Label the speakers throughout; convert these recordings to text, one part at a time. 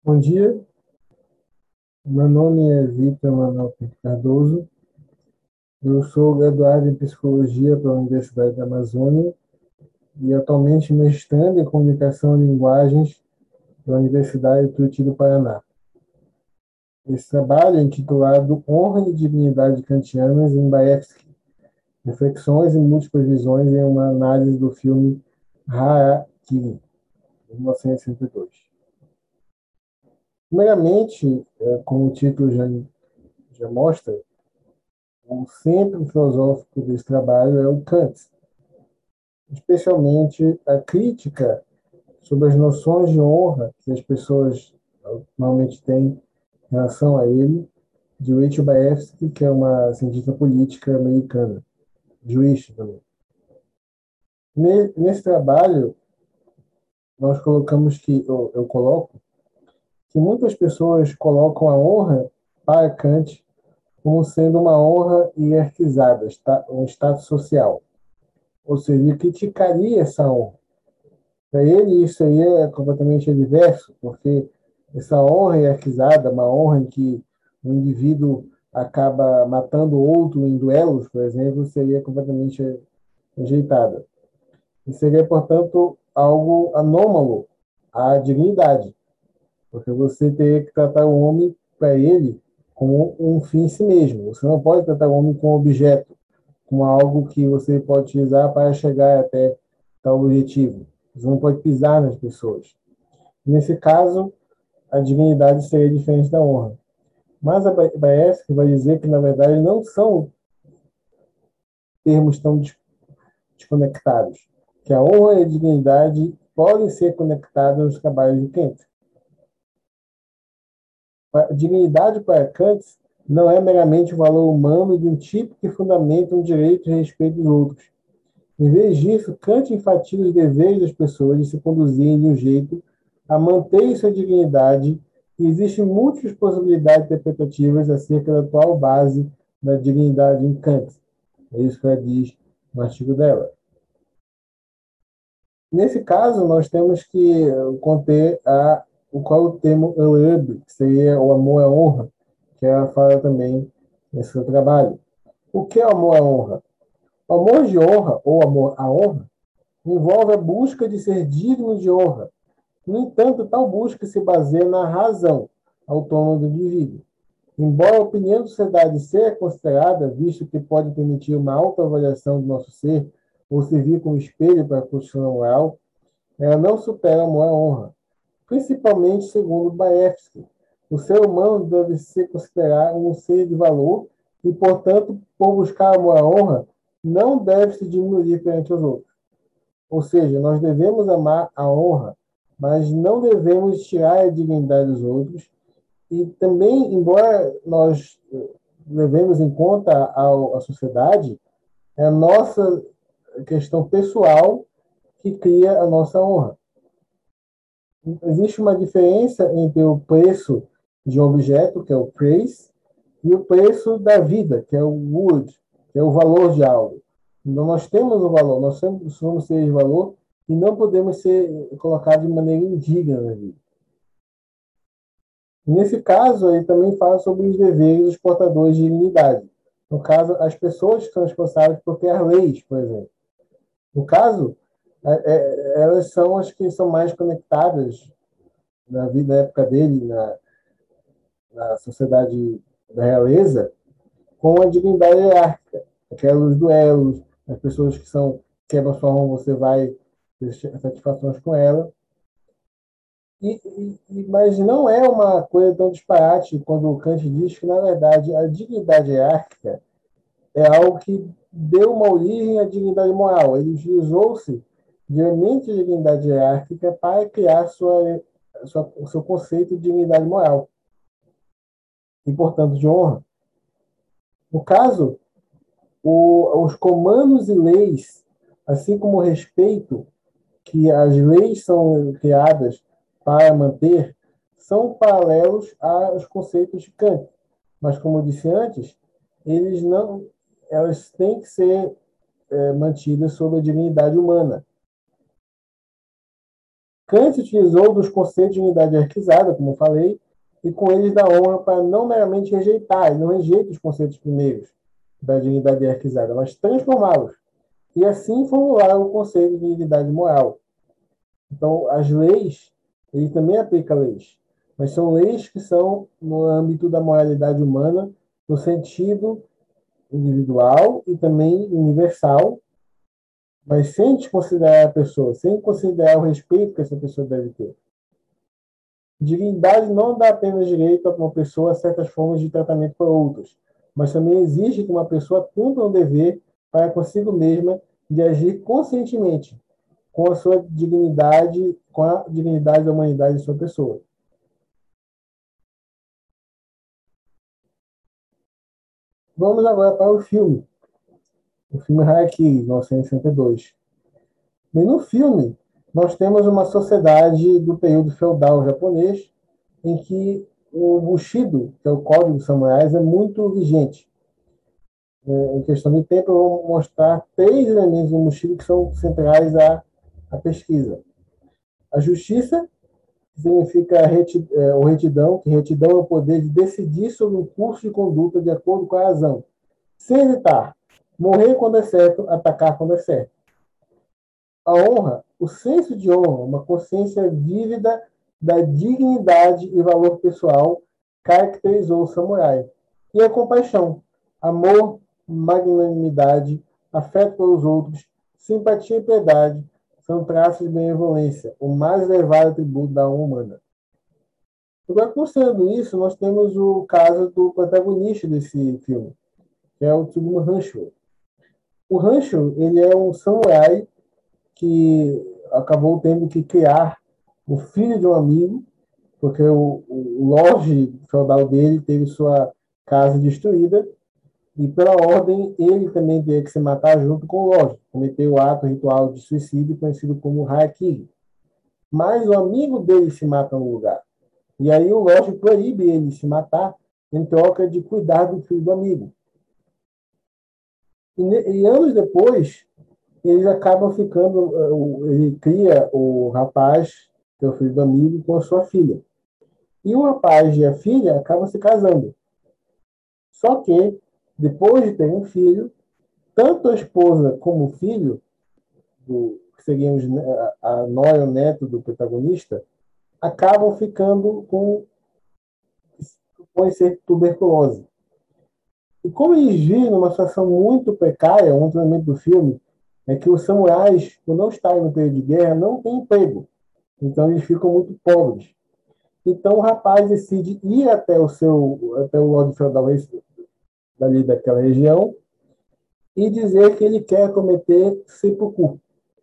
Speaker 1: Bom dia, meu nome é Vitor Manuel Pinto Cardoso, eu sou graduado em Psicologia pela Universidade da Amazônia e atualmente mestrando em Comunicação e Linguagens pela Universidade Tuti do Paraná. Esse trabalho é intitulado Honra e Dignidade Kantianas em Baevsky, Reflexões e Múltiplas Visões em uma análise do filme Harakiri, de 1962. Primeiramente, como o título já mostra, o centro filosófico desse trabalho é o Kant, especialmente a crítica sobre as noções de honra que as pessoas normalmente têm em relação a ele, de Rachel Baevsky, que é uma cientista política americana, juiz também. Nesse trabalho, nós colocamos que, eu coloco, que muitas pessoas colocam a honra para Kant como sendo uma honra hierarquizada, um status social. Ou seja, ele criticaria essa honra. Para ele, isso aí é completamente adverso, porque essa honra hierarquizada, uma honra em que o indivíduo acaba matando o outro em duelos, por exemplo, seria completamente rejeitada. E seria, portanto, algo anômalo à dignidade, porque você teria que tratar o homem, para ele, como um fim em si mesmo. Você não pode tratar o homem como objeto, como algo que você pode utilizar para chegar até tal objetivo. Você não pode pisar nas pessoas. Nesse caso, a dignidade seria diferente da honra. Mas a Baesk vai dizer que, na verdade, não são termos tão desconectados, que a honra e a dignidade podem ser conectadas nos trabalhos de Kant. A dignidade para Kant não é meramente o valor humano de um tipo que fundamenta um direito e respeito dos outros. Em vez disso, Kant enfatiza os deveres das pessoas de se conduzirem de um jeito a manter sua dignidade e existem múltiplas possibilidades interpretativas acerca da atual base da dignidade em Kant. É isso que ela diz no artigo dela. Nesse caso, nós temos que conter qual é o termo Euebe, que seria o amor à honra, que ela fala também nesse seu trabalho. O que é amor à honra? O amor de honra, ou amor à honra, envolve a busca de ser digno de honra. No entanto, tal busca se baseia na razão autônoma do indivíduo. Embora a opinião da sociedade seja considerada, visto que pode permitir uma autoavaliação do nosso ser ou servir como espelho para a construção moral, ela não supera a amor à honra, principalmente segundo Baevsky. O ser humano deve se considerar um ser de valor e, portanto, por buscar amor à honra, não deve se diminuir perante os outros. Ou seja, nós devemos amar a honra, mas não devemos tirar a dignidade dos outros. E também, embora nós levemos em conta a sociedade, é a nossa questão pessoal que cria a nossa honra. Existe uma diferença entre o preço de um objeto, que é o price, e o preço da vida, que é o wood, que é o valor de algo. Então, nós temos o valor, nós somos seres de valor e não podemos ser colocados de maneira indigna na vida. Nesse caso, ele também fala sobre os deveres dos portadores de dignidade. No caso, as pessoas que são responsáveis por criar leis, por exemplo. No caso, elas são as que são mais conectadas na vida, na época dele, na sociedade da realeza, com a dignidade hierárquica, aqueles duelos, as pessoas que quebram sua mão, você vai ter satisfações com ela. Mas não é uma coisa tão disparate quando o Kant diz que, na verdade, a dignidade hierárquica é algo que deu uma origem à dignidade moral. Ele utilizou-se de elementos de dignidade hierárquica para criar o seu conceito de dignidade moral e, portanto, de honra. No caso, os comandos e leis, assim como o respeito que as leis são criadas para manter, são paralelos aos conceitos de Kant. Mas, como eu disse antes, elas têm que ser mantidas sob a dignidade humana. Kant utilizou dos conceitos de unidade hierarquizada, como eu falei, e com eles da honra para não meramente rejeitar, ele não rejeita os conceitos primeiros da dignidade hierarquizada, mas transformá-los. E assim formular o conceito de dignidade moral. Então, as leis, ele também aplica leis, mas são leis que são no âmbito da moralidade humana, no sentido individual e também universal, mas sem desconsiderar a pessoa, sem considerar o respeito que essa pessoa deve ter. Dignidade não dá apenas direito a uma pessoa a certas formas de tratamento para outros, mas também exige que uma pessoa cumpra um dever para consigo mesma de agir conscientemente com a sua dignidade, com a dignidade da humanidade de sua pessoa. Vamos agora para o filme Harakiri, 1962. Bem, no filme, nós temos uma sociedade do período feudal japonês em que o Bushido, que é o código dos samurais, é muito vigente. Em questão de tempo, eu vou mostrar 3 elementos do Bushido que são centrais à pesquisa. A justiça, que significa o retidão, que retidão é o poder de decidir sobre um curso de conduta de acordo com a razão, sem hesitar. Morrer quando é certo, atacar quando é certo. A honra, o senso de honra, uma consciência vívida da dignidade e valor pessoal, caracterizou o samurai. E a compaixão, amor, magnanimidade, afeto pelos outros, simpatia e piedade são traços de benevolência, o mais elevado atributo da alma humana. Agora, considerando isso, nós temos o caso do protagonista desse filme, que é o Tsugumo Hanshiro. O Hanshiro, ele é um samurai que acabou tendo que criar o filho de um amigo, porque o Lorde feudal dele teve sua casa destruída, e pela ordem ele também teve que se matar junto com o Lorde, cometeu o ato ritual de suicídio conhecido como Harakiri. Mas o amigo dele se mata no lugar. E aí o Lorde proíbe ele de se matar em troca de cuidar do filho do amigo. E anos depois, eles acabam ficando, ele cria o rapaz, que é o filho do amigo, com a sua filha. E o rapaz e a filha acabam se casando. Só que, depois de ter um filho, tanto a esposa como o filho, que seriam a nora e o neto do protagonista, acabam ficando com ser tuberculose. E como eles vivem numa situação muito precária, um treinamento do filme é que os samurais, por não estarem no período de guerra, não têm emprego. Então eles ficam muito pobres. Então o rapaz decide ir até o Lorde Feudal dali daquela região e dizer que ele quer cometer seppuku,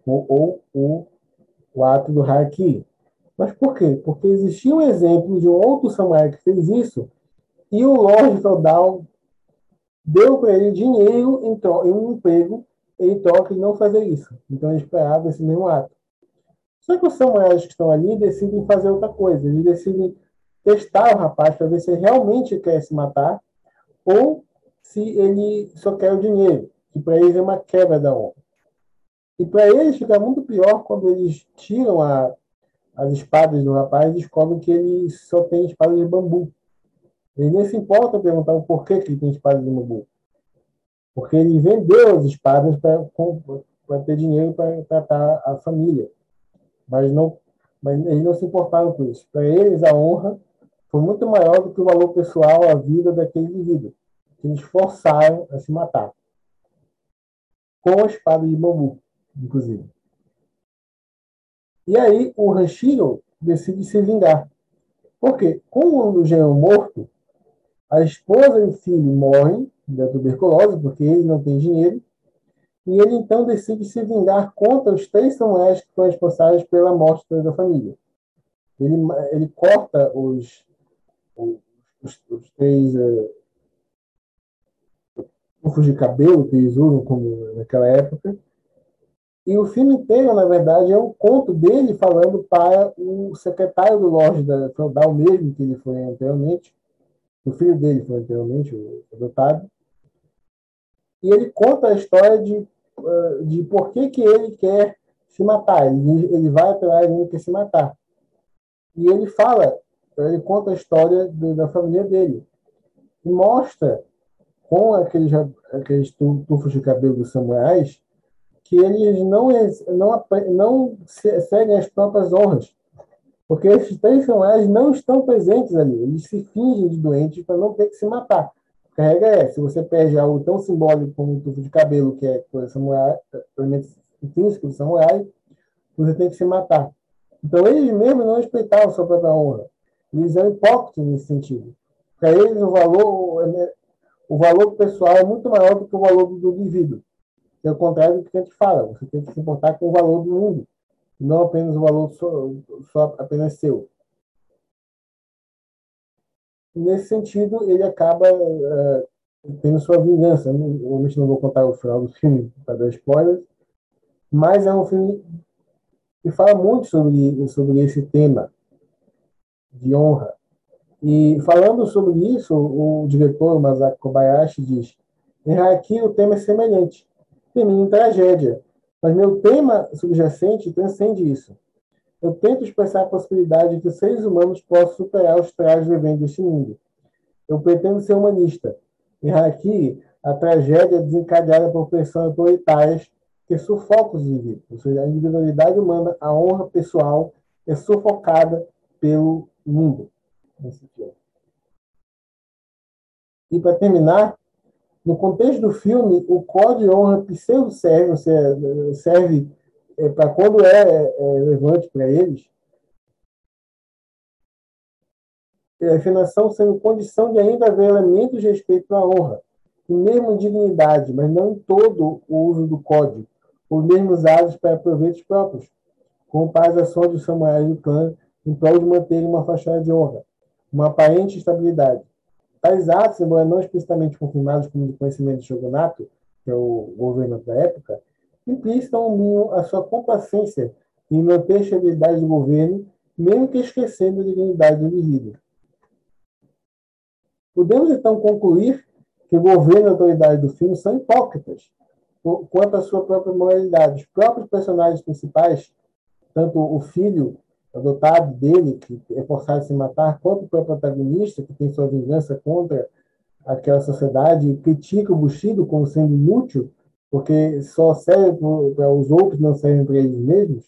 Speaker 1: o ato do Harakiri. Mas por quê? Porque existia um exemplo de um outro samurai que fez isso e o Lorde Feudal deu para ele dinheiro em um emprego em troca de não fazer isso. Então ele esperava esse mesmo ato. Só que os samurais que estão ali decidem fazer outra coisa. Eles decidem testar o rapaz para ver se ele realmente quer se matar ou se ele só quer o dinheiro, que para eles é uma quebra da honra. E para eles fica muito pior quando eles tiram as espadas do rapaz e descobrem que ele só tem espada de bambu. Ele nem se importa perguntar o porquê que ele tem espada de bambu. Porque ele vendeu as espadas para ter dinheiro para tratar a família. Mas eles não se importaram com isso. Para eles, a honra foi muito maior do que o valor pessoal, a vida daquele indivíduo. Eles forçaram a se matar. Com a espada de bambu, inclusive. E aí o Hashiro decide se vingar. Por quê? Como o Jean é morto, a esposa e o filho morrem da tuberculose, porque ele não tem dinheiro, e ele então decide se vingar contra os 3 samurais que foram responsáveis pela morte da família. Ele corta os 3 tufos de cabelo que eles usam como naquela época. E o filme inteiro, na verdade, é um conto dele falando para o secretário do Lorde Feudal mesmo, que ele foi anteriormente, o filho dele foi anteriormente, o adotado. E ele conta a história de por que ele quer se matar. Ele vai atrás, ele quer se matar. E ele conta a história da família dele. E mostra, com aqueles tufos de cabelo dos samurais, que eles não seguem as próprias honras. Porque esses três samurais não estão presentes ali. Eles se fingem de doentes para não ter que se matar. A regra é, se você perde algo tão simbólico como um tufo de cabelo, que é coisa samurai, elemento intrínseco do samurai, você tem que se matar. Então, eles mesmos não respeitavam sua própria honra. Eles eram hipócritas nesse sentido. Para eles, o valor pessoal é muito maior do que o valor do indivíduo. É o contrário do que a gente fala. Você tem que se importar com o valor do mundo, não apenas o valor só apenas seu. Nesse sentido, ele acaba tendo sua vingança. Obviamente não vou contar o final do filme para dar spoilers, mas é um filme que fala muito sobre esse tema de honra. E falando sobre isso, o diretor Masaki Kobayashi diz: em Haki o tema é semelhante, termina em tragédia, mas meu tema subjacente transcende isso. Eu tento expressar a possibilidade de que os seres humanos possam superar os trajes eventos deste mundo. Eu pretendo ser humanista. Em Haki, a tragédia é desencadeada por pressões autoritárias que sufocam os indivíduos. Ou seja, a individualidade humana, a honra pessoal é sufocada pelo mundo. E para terminar, no contexto do filme, o código de honra pseudo-serve, ou seja, serve para quando é relevante para eles, a afinação sendo condição de ainda haver elementos de respeito à honra, e mesmo dignidade, mas não em todo o uso do código, os mesmos usados para proveitos próprios, como para as ações dos samurais do clã em prol de manter uma fachada de honra, uma aparente estabilidade. Tais atos, embora não explicitamente confirmados como de conhecimento de shogunato, que é o governo da época, implicitam a sua complacência em manter a estabilidade do governo, mesmo que esquecendo a dignidade do indivíduo. Podemos, então, concluir que o governo e a autoridade do filme são hipócritas quanto à sua própria moralidade. Os próprios personagens principais, tanto o filho adotado dele, que é forçado a se matar, quanto o próprio protagonista, que tem sua vingança contra aquela sociedade, critica o Bushido como sendo inútil, porque só serve para os outros, não servem para eles mesmos,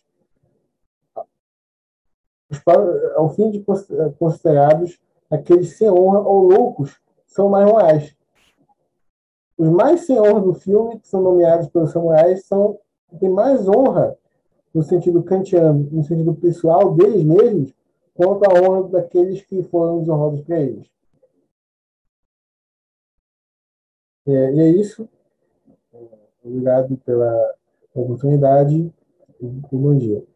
Speaker 1: ao fim de considerados aqueles sem honra ou loucos são mais morais. Os mais sem honra do filme, que são nomeados pelos samurais, têm mais honra no sentido kantiano, no sentido pessoal deles mesmos, quanto a honra daqueles que foram desonrados para eles. E é isso. Obrigado pela oportunidade e bom dia.